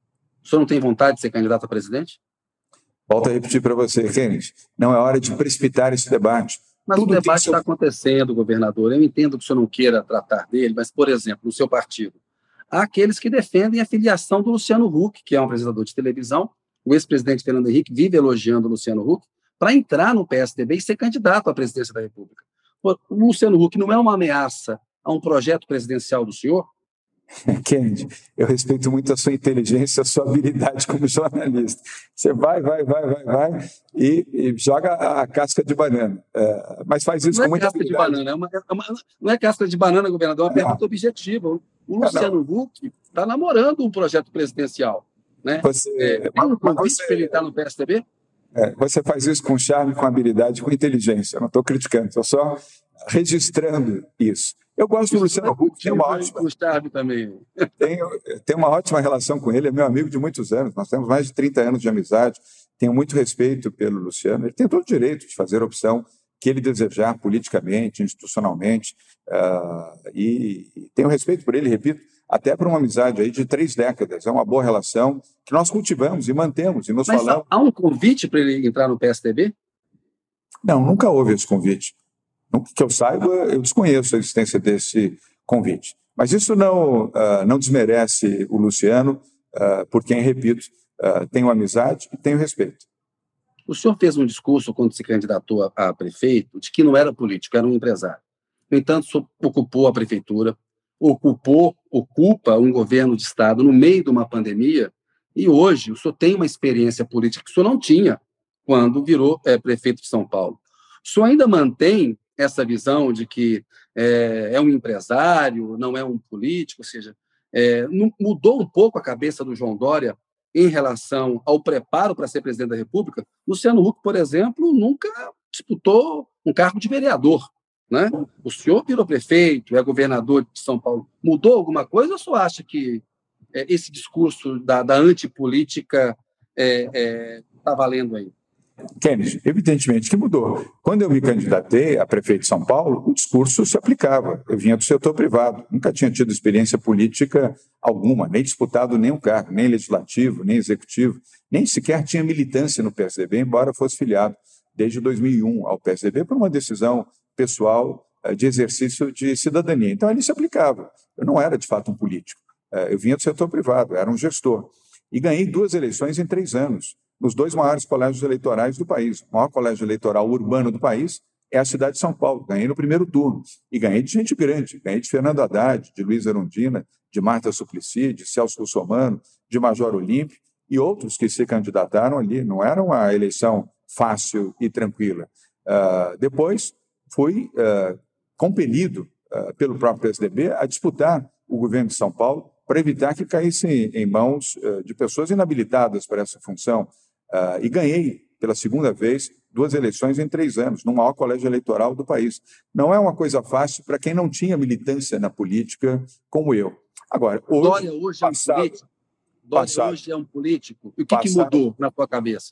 O senhor não tem vontade de ser candidato a presidente? Volto a repetir para você, Kennedy, não é hora de precipitar esse debate. Mas Tudo o debate seu... está acontecendo, governador. Eu entendo que o senhor não queira tratar dele, mas, por exemplo, no seu partido, há aqueles que defendem a filiação do Luciano Huck, que é um apresentador de televisão. O ex-presidente Fernando Henrique vive elogiando o Luciano Huck para entrar no P S D B e ser candidato à presidência da República. O Luciano Huck não é uma ameaça a um projeto presidencial do senhor? Kennedy, eu respeito muito a sua inteligência, a sua habilidade como jornalista. Você vai, vai, vai, vai, vai e, e joga a casca de banana. É, mas faz isso não com muita é casca habilidade. de banana, é uma, é uma, não é casca de banana, governador, é uma pergunta objetiva. O Luciano Huck está namorando um projeto presidencial. Né? Você, é, tem um convite para ele estar no P S D B? É, você faz isso com charme, com habilidade, com inteligência. Eu não estou criticando, estou só registrando isso. Eu gosto do Luciano Huck, tenho uma ótima, também. Tenho, tenho uma ótima relação com ele, é meu amigo de muitos anos, nós temos mais de trinta anos de amizade, tenho muito respeito pelo Luciano, ele tem todo o direito de fazer a opção que ele desejar politicamente, institucionalmente, uh, e, e tenho respeito por ele, repito, até por uma amizade aí de três décadas, é uma boa relação que nós cultivamos e mantemos, e nos Mas falamos... há um convite para ele entrar no P S D B? Não, nunca houve esse convite. Que eu saiba, eu desconheço a existência desse convite. Mas isso não, uh, não desmerece o Luciano, uh, por quem, repito, uh, tenho amizade e tenho respeito. O senhor fez um discurso, quando se candidatou a, a prefeito, de que não era político, era um empresário. No entanto, o senhor ocupou a prefeitura, ocupou, ocupa um governo de Estado no meio de uma pandemia, e hoje o senhor tem uma experiência política que o senhor não tinha quando virou é, prefeito de São Paulo. O senhor ainda mantém essa visão de que é, é um empresário, não é um político, ou seja, é, não, mudou um pouco a cabeça do João Dória em relação ao preparo para ser presidente da República? Luciano Huck, por exemplo, nunca disputou um cargo de vereador, né? O senhor virou prefeito, é governador de São Paulo. Mudou alguma coisa ou só acha que é, esse discurso da, da antipolítica está é, é, valendo aí? Kennedy, evidentemente que mudou. Quando eu me candidatei a prefeito de São Paulo, o discurso se aplicava. Eu vinha do setor privado, nunca tinha tido experiência política alguma, nem disputado nenhum cargo, nem legislativo, nem executivo, nem sequer tinha militância no P S D B, embora fosse filiado desde dois mil e um ao P S D B por uma decisão pessoal de exercício de cidadania. Então, ele se aplicava. Eu não era, de fato, um político. Eu vinha do setor privado, era um gestor. E ganhei duas eleições em três anos. Nos dois maiores colégios eleitorais do país. O maior colégio eleitoral urbano do país é a cidade de São Paulo. Ganhei no primeiro turno. E ganhei de gente grande. Ganhei de Fernando Haddad, de Luiz Erundina, de Marta Suplicy, de Celso Russomano, de Major Olímpio e outros que se candidataram ali. Não era uma eleição fácil e tranquila. Uh, depois, fui uh, compelido uh, pelo próprio P S D B a disputar o governo de São Paulo para evitar que caísse em, em mãos uh, de pessoas inabilitadas para essa função. Uh, e ganhei, pela segunda vez, duas eleições em três anos, no maior colégio eleitoral do país. Não é uma coisa fácil para quem não tinha militância na política como eu. Agora, hoje... Dória hoje é um passado, político? Dória passado, hoje é um político? E o que, passado, que mudou na tua cabeça?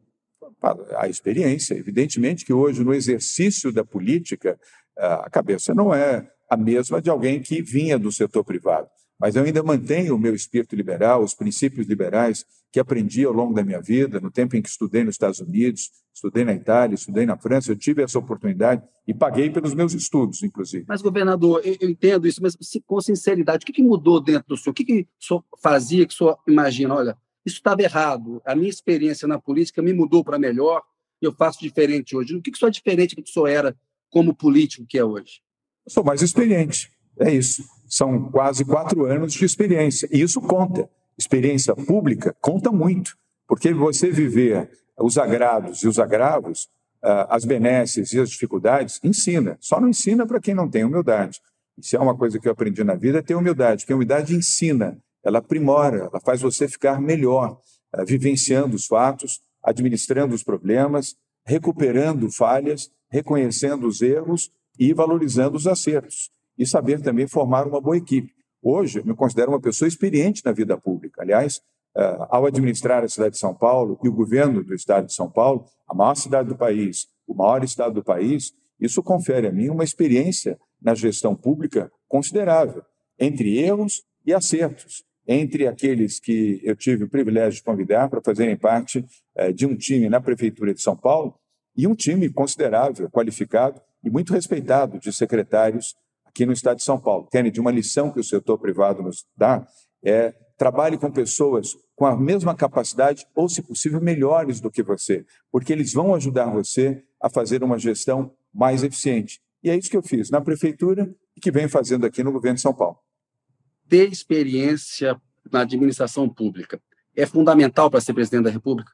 A experiência. Evidentemente que hoje, no exercício da política, a cabeça não é a mesma de alguém que vinha do setor privado. Mas eu ainda mantenho o meu espírito liberal, os princípios liberais que aprendi ao longo da minha vida, no tempo em que estudei nos Estados Unidos, estudei na Itália, estudei na França, eu tive essa oportunidade e paguei pelos meus estudos, inclusive. Mas, governador, eu, eu entendo isso, mas com sinceridade, o que, que mudou dentro do senhor? O que, que o senhor fazia que o senhor imagina, olha, isso estava errado, a minha experiência na política me mudou para melhor, eu faço diferente hoje. O que, que o senhor é diferente do que o senhor era como político que é hoje? Eu sou mais experiente, é isso. São quase quatro anos de experiência, e isso conta. Experiência pública conta muito, porque você viver os agrados e os agravos, as benesses e as dificuldades, ensina. Só não ensina para quem não tem humildade. Isso é uma coisa que eu aprendi na vida, é ter humildade, porque a humildade ensina, ela aprimora, ela faz você ficar melhor, vivenciando os fatos, administrando os problemas, recuperando falhas, reconhecendo os erros e valorizando os acertos. E saber também formar uma boa equipe. Hoje, eu me considero uma pessoa experiente na vida pública. Aliás, uh, ao administrar a cidade de São Paulo e o governo do estado de São Paulo, a maior cidade do país, o maior estado do país, isso confere a mim uma experiência na gestão pública considerável, entre erros e acertos, entre aqueles que eu tive o privilégio de convidar para fazerem parte eh, de um time na Prefeitura de São Paulo e um time considerável, qualificado e muito respeitado de secretários aqui no estado de São Paulo. Kennedy, uma lição que o setor privado nos dá é trabalhe com pessoas com a mesma capacidade ou, se possível, melhores do que você, porque eles vão ajudar você a fazer uma gestão mais eficiente. E é isso que eu fiz na Prefeitura e que venho fazendo aqui no governo de São Paulo. Ter experiência na administração pública é fundamental para ser presidente da República?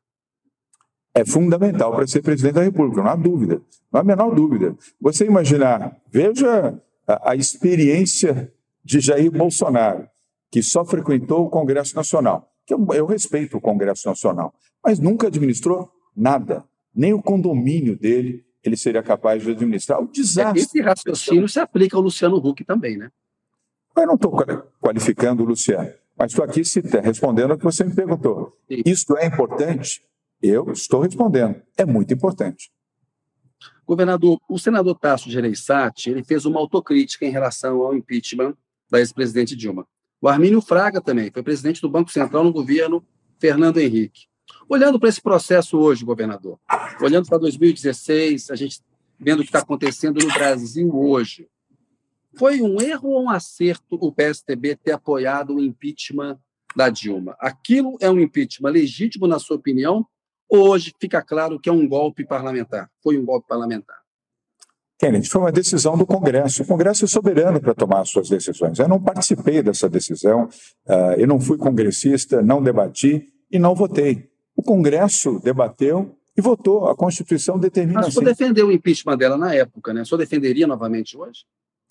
É fundamental para ser presidente da República, não há dúvida, não há a menor dúvida. Você imaginar, veja a, a experiência de Jair Bolsonaro, que só frequentou o Congresso Nacional. Que eu, eu respeito o Congresso Nacional, mas nunca administrou nada, nem o condomínio dele ele seria capaz de administrar. O desastre. Esse raciocínio se aplica ao Luciano Huck também, né? Eu não estou qualificando o Luciano, mas estou aqui respondendo ao que você me perguntou. Sim. Isto é importante? Eu estou respondendo. É muito importante. Governador, o senador Tasso Gereissati ele fez uma autocrítica em relação ao impeachment da ex-presidente Dilma. O Armínio Fraga também foi presidente do Banco Central no governo Fernando Henrique. Olhando para esse processo hoje, governador, olhando para dois mil e dezesseis, a gente vendo o que está acontecendo no Brasil hoje, foi um erro ou um acerto o P S D B ter apoiado o impeachment da Dilma? Aquilo é um impeachment legítimo, na sua opinião, ou hoje fica claro que é um golpe parlamentar? Foi um golpe parlamentar? Kennedy, foi uma decisão do Congresso. O Congresso é soberano para tomar as suas decisões. Eu não participei dessa decisão, eu não fui congressista, não debati e não votei. O Congresso debateu e votou. A Constituição determina assim. Mas o senhor defendeu o impeachment dela na época, né? O senhor defenderia novamente hoje?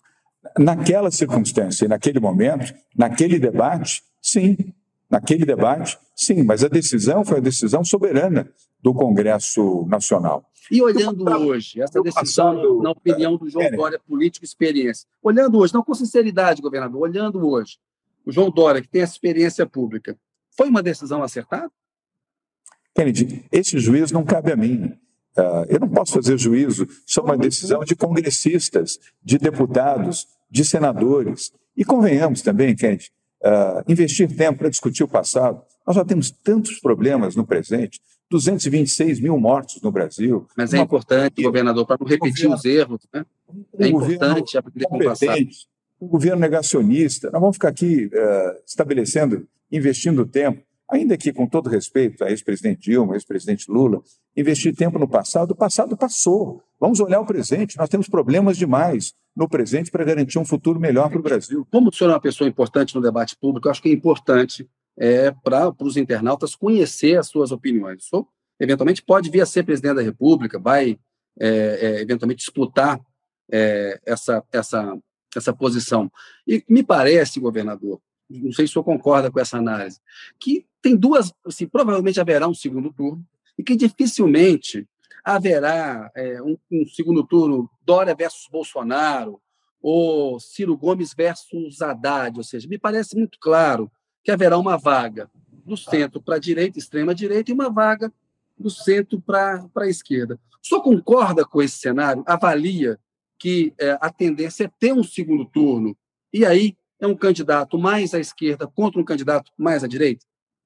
Naquela circunstância e naquele momento, naquele debate, sim. Naquele debate, sim. Mas a decisão foi a decisão soberana do Congresso Nacional. E olhando hoje, essa decisão, passado, na opinião do João é, Dória, político experiência, olhando hoje, não com sinceridade, governador, olhando hoje, o João Dória, que tem essa experiência pública, foi uma decisão acertada? Kennedy, esse juízo não cabe a mim. Uh, eu não posso fazer juízo sobre uma decisão de congressistas, de deputados, de senadores. E convenhamos também, Kennedy, uh, investir tempo para discutir o passado. Nós já temos tantos problemas no presente, duzentos e vinte e seis mil mortos no Brasil. Mas é importante, governador, para não repetir os erros, né? É importante aprender com o passado. Um governo negacionista. Nós vamos ficar aqui uh, estabelecendo, investindo tempo, ainda que com todo respeito a ex-presidente Dilma, ex-presidente Lula, investir tempo no passado, o passado passou. Vamos olhar o presente, nós temos problemas demais no presente para garantir um futuro melhor para o Brasil. Como o senhor é uma pessoa importante no debate público, eu acho que é importante é, para os internautas conhecer as suas opiniões. O senhor, eventualmente, pode vir a ser presidente da República, vai, é, é, eventualmente, disputar é, essa, essa, essa posição. E me parece, governador, não sei se o senhor concorda com essa análise, que tem duas, assim, provavelmente haverá um segundo turno, e que dificilmente haverá é, um, um segundo turno Dória versus Bolsonaro, ou Ciro Gomes versus Haddad, ou seja, me parece muito claro que haverá uma vaga do centro para a direita, extrema-direita, e uma vaga do centro para a esquerda. O senhor concorda com esse cenário? Avalia que é, a tendência é ter um segundo turno, e aí é um candidato mais à esquerda contra um candidato mais à direita?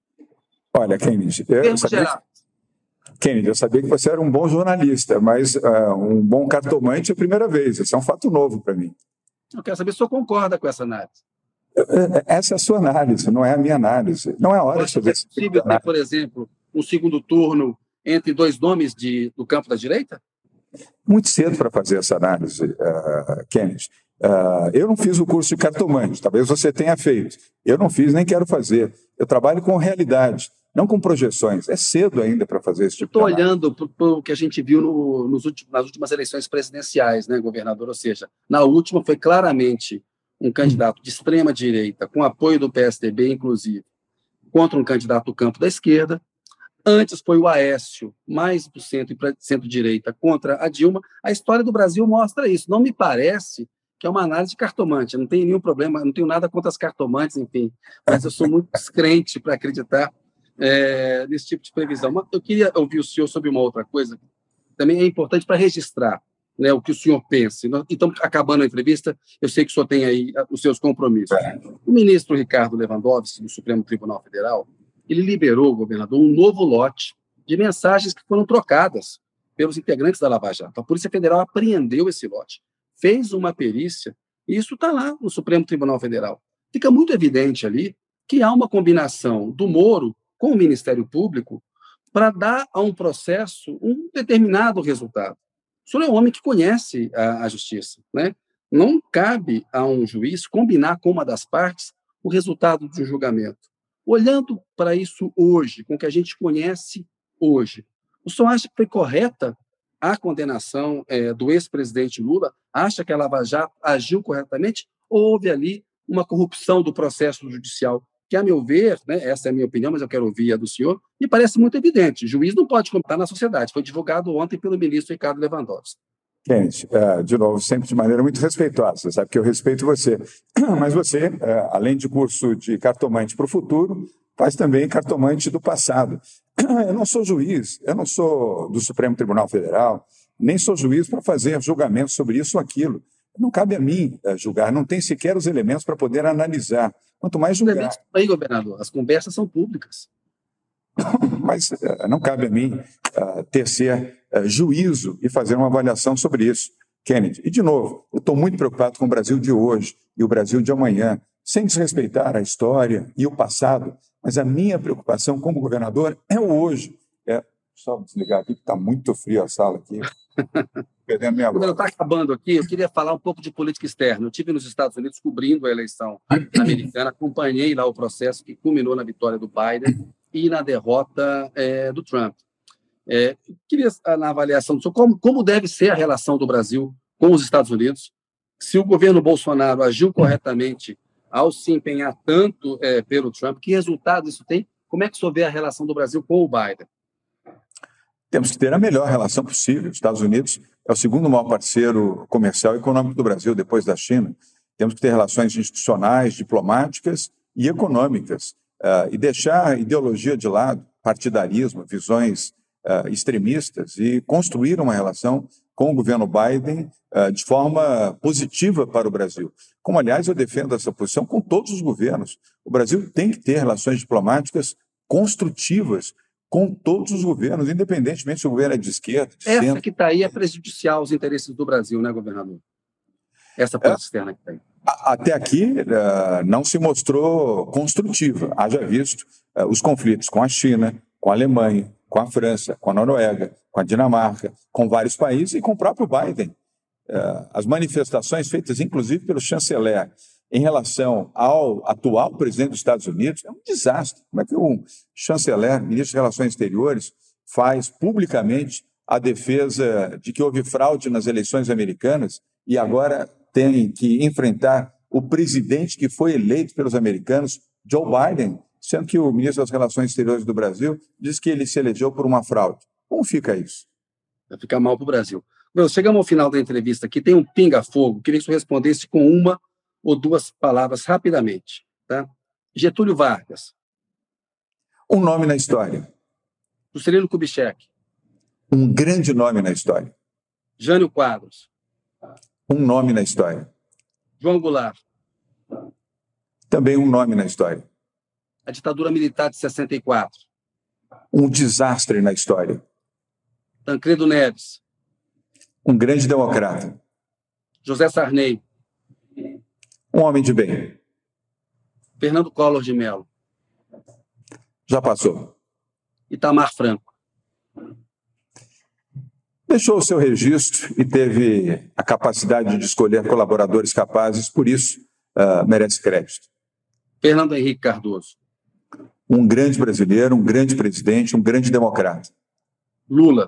Olha, Kennedy, eu sabia, Kennedy, eu sabia que você era um bom jornalista, mas uh, um bom cartomante é a primeira vez. Isso é um fato novo para mim. Eu quero saber se o senhor concorda com essa análise. Essa é a sua análise, não é a minha análise. Não é a hora de saber. É possível ter, por exemplo, um segundo turno entre dois nomes de, do campo da direita? Muito cedo para fazer essa análise, uh, Kennedy. Uh, eu não fiz o curso de cartomante, talvez você tenha feito. Eu não fiz, nem quero fazer. Eu trabalho com realidade, não com projeções. É cedo ainda para fazer esse tipo de análise. Estou olhando para o que a gente viu no, nos últimos, nas últimas eleições presidenciais, né, governador? Ou seja, na última foi claramente um candidato de extrema-direita, com apoio do P S D B, inclusive, contra um candidato do campo da esquerda. Antes foi o Aécio, mais do centro e centro-direita, contra a Dilma. A história do Brasil mostra isso. Não me parece que é uma análise de cartomante. Eu não tenho nenhum problema, não tenho nada contra as cartomantes, enfim, mas eu sou muito descrente para acreditar é, nesse tipo de previsão. Mas eu queria ouvir o senhor sobre uma outra coisa, também é importante para registrar, né, o que o senhor pensa. Então, acabando a entrevista, eu sei que o senhor tem aí os seus compromissos. O ministro Ricardo Lewandowski, do Supremo Tribunal Federal, ele liberou, governador, um novo lote de mensagens que foram trocadas pelos integrantes da Lava Jato. A Polícia Federal apreendeu esse lote, fez uma perícia, e isso está lá no Supremo Tribunal Federal. Fica muito evidente ali que há uma combinação do Moro com o Ministério Público para dar a um processo um determinado resultado. O senhor é um homem que conhece a, a justiça, né? Não cabe a um juiz combinar com uma das partes o resultado de um julgamento. Olhando para isso hoje, com o que a gente conhece hoje, o senhor acha que foi correta a condenação é, do ex-presidente Lula? Acha que a Lava Jato agiu corretamente? Ou houve ali uma corrupção do processo judicial? Que, a meu ver, né, essa é a minha opinião, mas eu quero ouvir a do senhor, me parece muito evidente. O juiz não pode comentar na sociedade. Foi divulgado ontem pelo ministro Ricardo Lewandowski. Gente, uh, de novo, sempre de maneira muito respeitosa, sabe que eu respeito você. Mas você, uh, além de curso de cartomante para o futuro, faz também cartomante do passado. Eu não sou juiz, eu não sou do Supremo Tribunal Federal, nem sou juiz para fazer julgamento sobre isso ou aquilo. Não cabe a mim uh, julgar, não tem sequer os elementos para poder analisar. Quanto mais julgar. Aí, governador, as conversas são públicas. Mas uh, não cabe a mim uh, tecer uh, juízo e fazer uma avaliação sobre isso, Kennedy. E, de novo, eu estou muito preocupado com o Brasil de hoje e o Brasil de amanhã, sem desrespeitar a história e o passado, mas a minha preocupação como governador é o hoje. É, só desligar aqui, que está muito frio a sala aqui. Perdendo minha voz. Está acabando aqui, eu queria falar um pouco de política externa. Eu estive nos Estados Unidos cobrindo a eleição americana, acompanhei lá o processo que culminou na vitória do Biden e na derrota é, do Trump. É, queria, na avaliação do senhor, como, como deve ser a relação do Brasil com os Estados Unidos, se o governo Bolsonaro agiu corretamente ao se empenhar tanto é, pelo Trump, que resultados isso tem? Como é que o senhor vê a relação do Brasil com o Biden? Temos que ter a melhor relação possível. Os Estados Unidos é o segundo maior parceiro comercial e econômico do Brasil, depois da China. Temos que ter relações institucionais, diplomáticas e econômicas. Uh, e deixar a ideologia de lado, partidarismo, visões uh, extremistas, e construir uma relação com o governo Biden uh, de forma positiva para o Brasil. Como, aliás, eu defendo essa posição com todos os governos. O Brasil tem que ter relações diplomáticas construtivas com todos os governos, independentemente se o governo é de esquerda, de Essa centro. que está aí é prejudicial aos interesses do Brasil, né, governador? Essa política é. externa que está aí. Até aqui, uh, não se mostrou construtiva. Haja visto uh, os conflitos com a China, com a Alemanha, com a França, com a Noruega, com a Dinamarca, com vários países e com o próprio Biden. Uh, as manifestações feitas, inclusive, pelo chanceler em relação ao atual presidente dos Estados Unidos, é um desastre. Como é que um chanceler, ministro de Relações Exteriores, faz publicamente a defesa de que houve fraude nas eleições americanas e agora tem que enfrentar o presidente que foi eleito pelos americanos, Joe Biden, sendo que o ministro das Relações Exteriores do Brasil diz que ele se elegeu por uma fraude. Como fica isso? Vai ficar mal para o Brasil. Meu, chegamos ao final da entrevista aqui, tem um pinga-fogo, queria que você respondesse com uma ou duas palavras rapidamente. Tá? Getúlio Vargas. Um nome na história. Juscelino Kubitschek. Um grande nome na história. Jânio Quadros. Um nome na história. João Goulart. Também um nome na história. A ditadura militar de sessenta e quatro. Um desastre na história. Tancredo Neves. Um grande democrata. José Sarney. Um homem de bem. Fernando Collor de Mello. Já passou. Itamar Franco. Deixou o seu registro e teve a capacidade de escolher colaboradores capazes, por isso uh, merece crédito. Fernando Henrique Cardoso. Um grande brasileiro, um grande presidente, um grande democrata. Lula.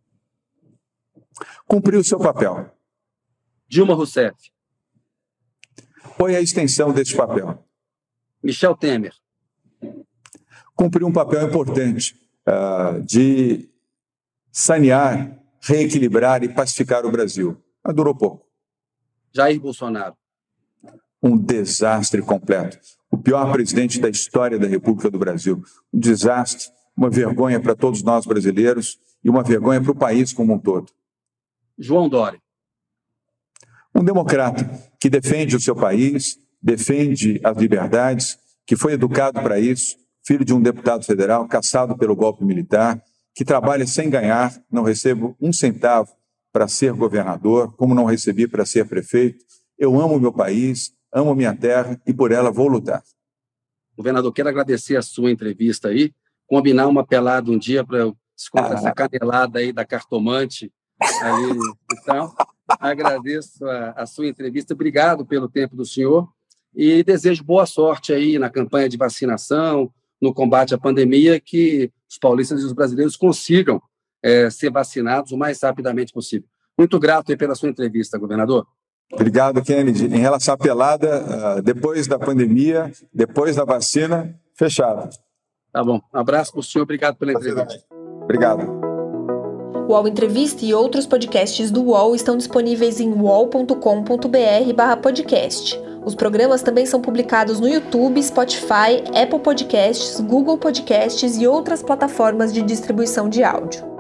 Cumpriu o seu papel. Dilma Rousseff. Foi a extensão desse papel. Michel Temer. Cumpriu um papel importante uh, de sanear, reequilibrar e pacificar o Brasil. Mas durou pouco. Jair Bolsonaro. Um desastre completo. O pior presidente da história da República do Brasil. Um desastre uma vergonha para todos nós brasileiros e uma vergonha para o país como um todo. João Dória. Um democrata que defende o seu país, defende as liberdades, que foi educado para isso, filho de um deputado federal, caçado pelo golpe militar, que trabalha sem ganhar, não recebo um centavo para ser governador, como não recebi para ser prefeito. Eu amo meu país, amo minha terra e por ela vou lutar. Governador, quero agradecer a sua entrevista aí, combinar uma pelada um dia para eu contra ah. essa canelada aí da cartomante. Ali. Então, agradeço a, a sua entrevista, obrigado pelo tempo do senhor e desejo boa sorte aí na campanha de vacinação, no combate à pandemia, que os paulistas e os brasileiros consigam é, ser vacinados o mais rapidamente possível. Muito grato aí pela sua entrevista, governador. Obrigado, Kennedy. Em relação à pelada, depois da pandemia, depois da vacina, fechado. Tá bom. Um abraço para o senhor, obrigado pela entrevista. Obrigado. O U O L Entrevista e outros podcasts do U O L estão disponíveis em uol ponto com ponto br barra podcast. Os programas também são publicados no YouTube, Spotify, Apple Podcasts, Google Podcasts e outras plataformas de distribuição de áudio.